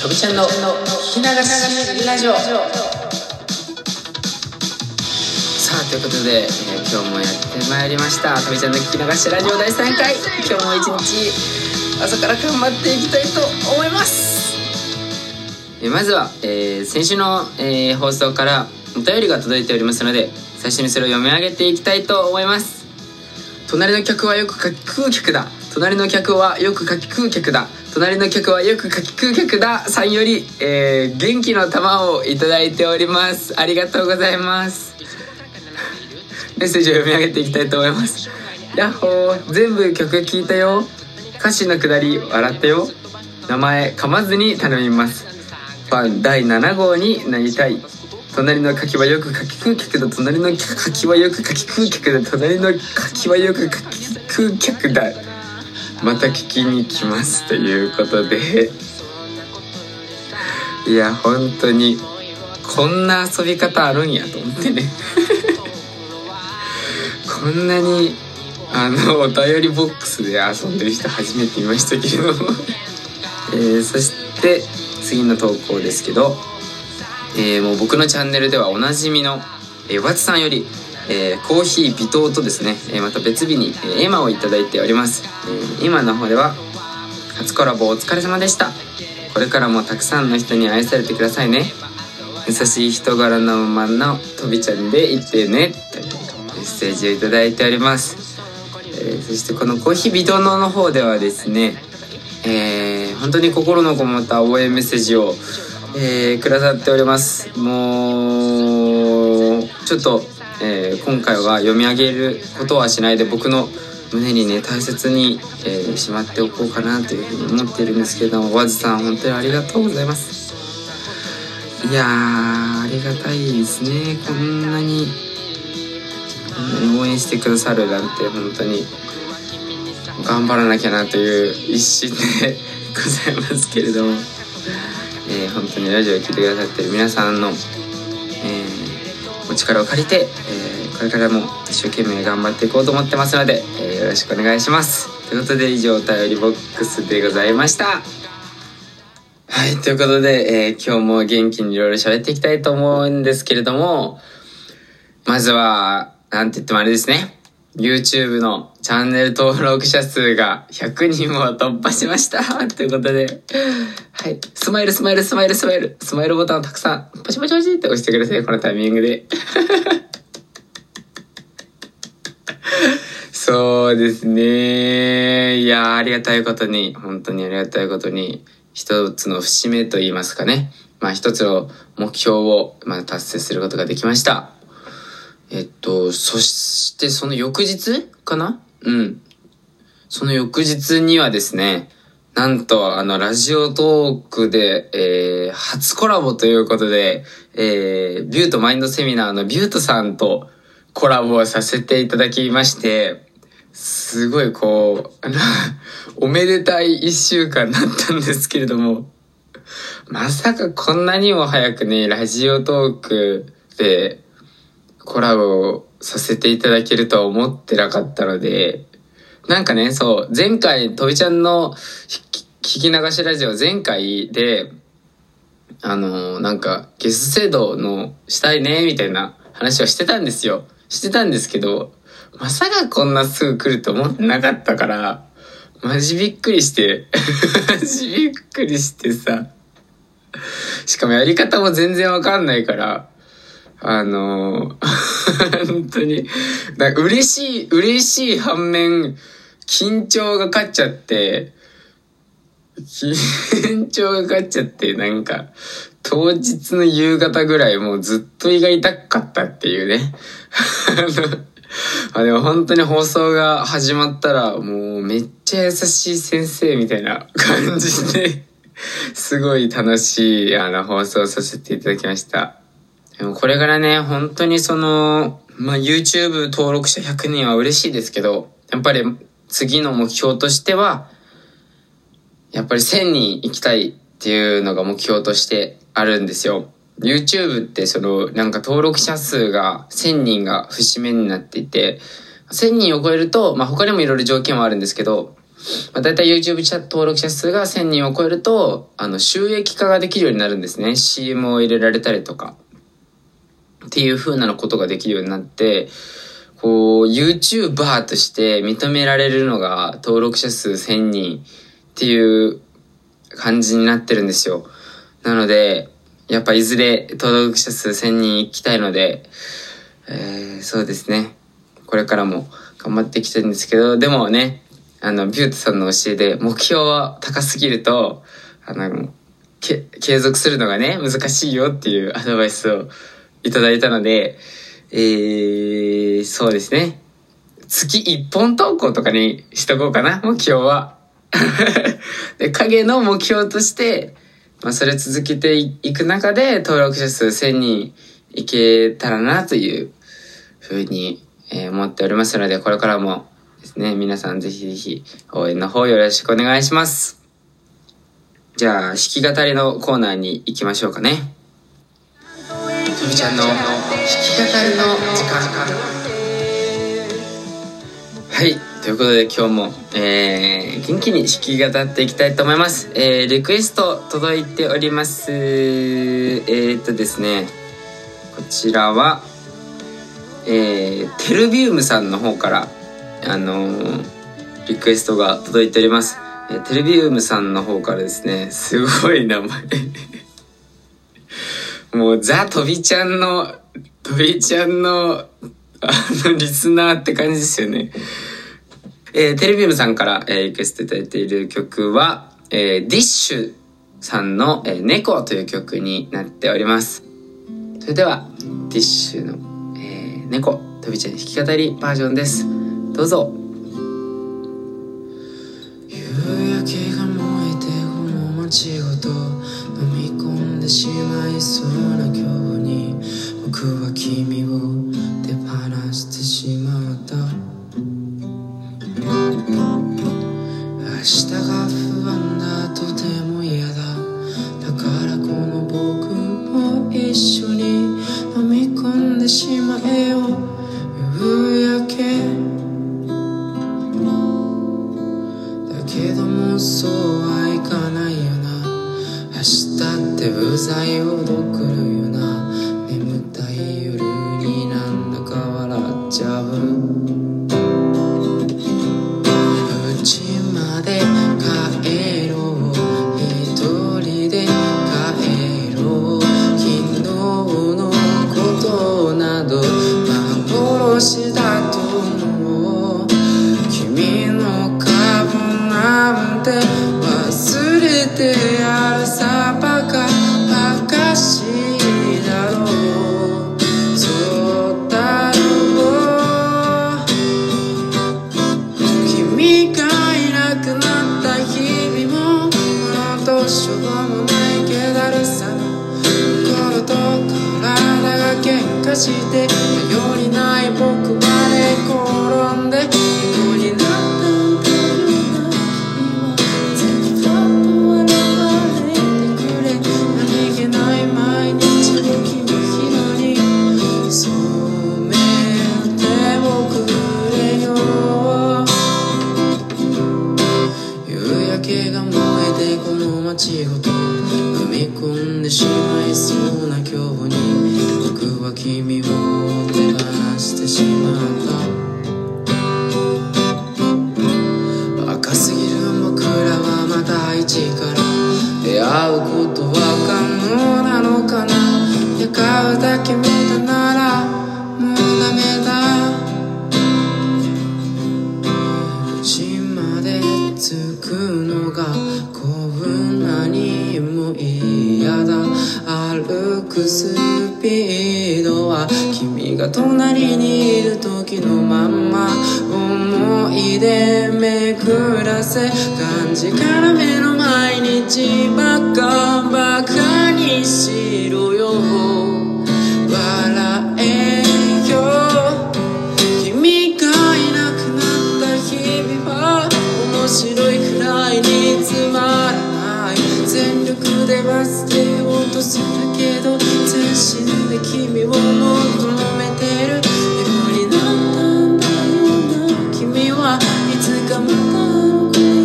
とびちゃんの聞き流しラジオ。さあということで、今日もやってまいりました、とびちゃんの聞き流しラジオ第3回。今日も一日朝から頑張っていきたいと思います。まずは、先週の、放送からお便りが届いておりますので、最初にそれを読み上げていきたいと思います。隣の客はよく柿食う客だ。隣の客はよく柿食う客だ。隣の客はよく柿食う客ださんより、元気の玉をいただいております。ありがとうございます。メッセージを読み上げていきたいと思います。やっほー、全部曲聴いたよ。歌詞のくだり笑ったよ。名前噛まずに頼みます。ファン第7号になりたい。隣の柿はよく柿食う客だ。隣の柿はよく柿食う客だ。隣の柿はよく柿食う客だ。また聞きに来ますということで、いや本当にこんな遊び方あるんやと思ってねこんなにお便りボックスで遊んでる人初めて見ましたけれどもそして次の投稿ですけど、もう僕のチャンネルではおなじみのわつさんより、コーヒー微糖とですね、また別日に、エマをいただいております。今の方では初コラボお疲れ様でした。これからもたくさんの人に愛されてくださいね。優しい人柄のままのとびちゃんでいてねというメッセージをいただいております。そしてこのコーヒー微糖の方ではですね、本当に心のこもった応援メッセージを、くださっております。もうちょっと今回は読み上げることはしないで、僕の胸にね大切に、しまっておこうかなというふうに思っているんですけども、わずさん本当にありがとうございます。いやーありがたいですね。こんなに応援してくださるなんて、本当に頑張らなきゃなという一心でございますけれども、本当にラジオを聴いてくださっている皆さんの、お力を借りて、これからも一生懸命頑張っていこうと思ってますので、よろしくお願いします。ということで以上お便りボックスでございました。はい、ということで、今日も元気にいろいろ喋っていきたいと思うんですけれども、まずはなんて言ってもあれですね、 YouTube のチャンネル登録者数が100人を突破しましたということで、はい、スマイルスマイルスマイルスマイルスマイルボタンをたくさんパチパチパチって押してください、このタイミングでそうですね、いやありがたいことに、本当にありがたいことに、一つの節目と言いますかね、一つの目標を達成することができました。そしてその翌日かな、その翌日にはですね、なんとラジオトークで、初コラボということで、ビュートマインドセミナーのビュートさんとコラボをさせていただきまして、すごいおめでたい1週間だったんですけれども、まさかこんなにも早くねラジオトークでコラボさせていただけるとは思ってなかったので、なんかね、そう前回とびちゃんの聞き流しラジオ前回でなんかゲスト制度のしたいねみたいな話をしてたんですけど、まさかこんなすぐ来ると思ってなかったから、マジびっくりしてさ、しかもやり方も全然わかんないから、本当に嬉しい反面緊張が勝っちゃって、なんか当日の夕方ぐらいもうずっと胃が痛かったっていうねでも本当に放送が始まったらもうめっちゃ優しい先生みたいな感じですごい楽しい放送させていただきました。でもこれからね、本当にYouTube 登録者100人は嬉しいですけど、やっぱり次の目標としてはやっぱり1000人行きたいっていうのが目標としてあるんですよ。YouTube ってなんか登録者数が1000人が節目になっていて、1000人を超えると、他にもいろいろ条件はあるんですけど、 だいたい YouTube 登録者数が1000人を超えると、収益化ができるようになるんですね。CM を入れられたりとか。っていう風なことができるようになって、YouTuber として認められるのが登録者数1000人っていう感じになってるんですよ。なので、やっぱいずれ登録者数1000人行きたいので、そうですね。これからも頑張っていきたいんですけど、でもね、ビュートさんの教えで目標は高すぎると、継続するのがね、難しいよっていうアドバイスをいただいたので、そうですね。月1本投稿とかにしとこうかな、目標は。で、影の目標として、それ続けていく中で登録者数1000人いけたらなというふうに、思っておりますので、これからもですね、皆さんぜひぜひ応援の方よろしくお願いします。じゃあ、弾き語りのコーナーに行きましょうかね。とびちゃんの弾き語りの時間。はい、ということで今日も、元気に弾き語っていきたいと思います。リクエスト届いております。ですね、こちらは、テルビウムさんの方から、リクエストが届いております。テルビウムさんの方からですね、すごい名前もうザ・とびちゃんのリスナーって感じですよね。テレビウムさんから、リクエストいただいている曲は、ディッシュさんの、猫という曲になっております。それではディッシュの、猫とびちゃん弾き語りバージョンです。どうぞ。 夕焼けが燃えてこの街ごと飲み込んでしまいそうな今日に僕は君を手放してしまった。明日が不安だ、とても嫌だ。だからこの僕も一緒に飲み込んでしまえよ夕焼け。だけどもそうはいかないよな。明日ってうざいほど来るよな。眠たい夜になんだか笑っちゃう。家まで帰ろう、一人で帰ろう。昨日のことなど幻だと思う。君の顔なんて忘れてやるさ。バカバカしいだろう。そうだろう。君がいなくなった日々もこのどうしようもない気だるさ。心と体が喧嘩して頼りない僕は寝転んで猫になったんだよな。君はぜひふわっと笑われてくれ。何気ない毎日を君ひどに染めておくれよ。夕焼けが燃えてこの街ごと飲み込んでしまいそうな今日に僕は君を手放してしまった。若すぎる僕らはまた一から出会うことは可能なのかな。願うだけ見たならもうダメだ。家まで着くのがこんなにも嫌だ。歩くスピードは君が隣にいる時のまんま。思い出めくらせ感じからめの毎日バカバカにしろよ。笑えよ。君がいなくなった日々は面白いくらいにつまらない。全力で忘れようとするけど全身で君を求めてる。猫になったんだよな。君はいつかまた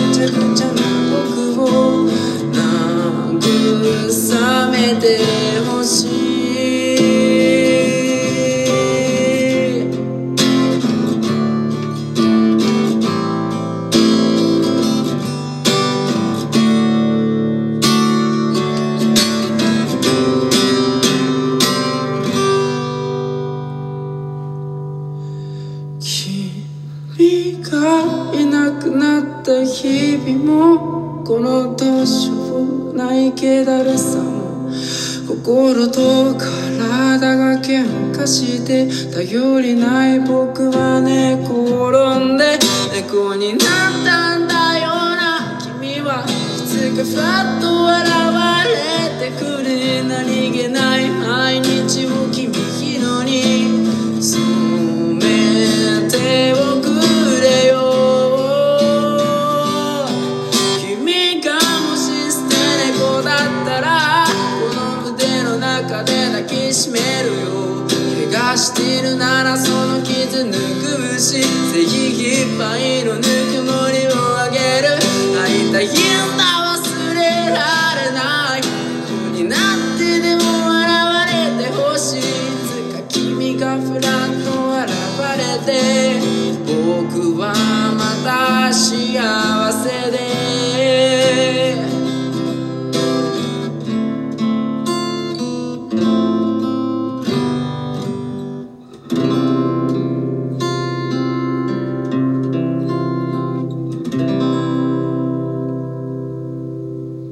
ぐちゃぐちゃな僕を慰めてほしい。君がいなくなった日々もこのどうしようない気だるさも心と体が喧嘩して頼りない僕は寝転んで猫になったんだよな。君はいつかふわっと現れてくれ。何気ない毎日を君日のに染めておくれよ。君がもし捨て猫だったらこの腕の中で抱きしめるよ。怪我してるならその傷ぬくし精一杯のぬくもりをあげる。会いたいんだ忘れられない子になってでも笑われてほしい。いつか君がふらっと現れて僕はまた幸せで。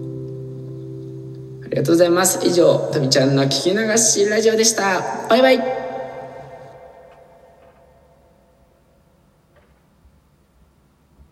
ありがとうございます。以上、とみちゃんの聞き流しラジオでした。バイバイ。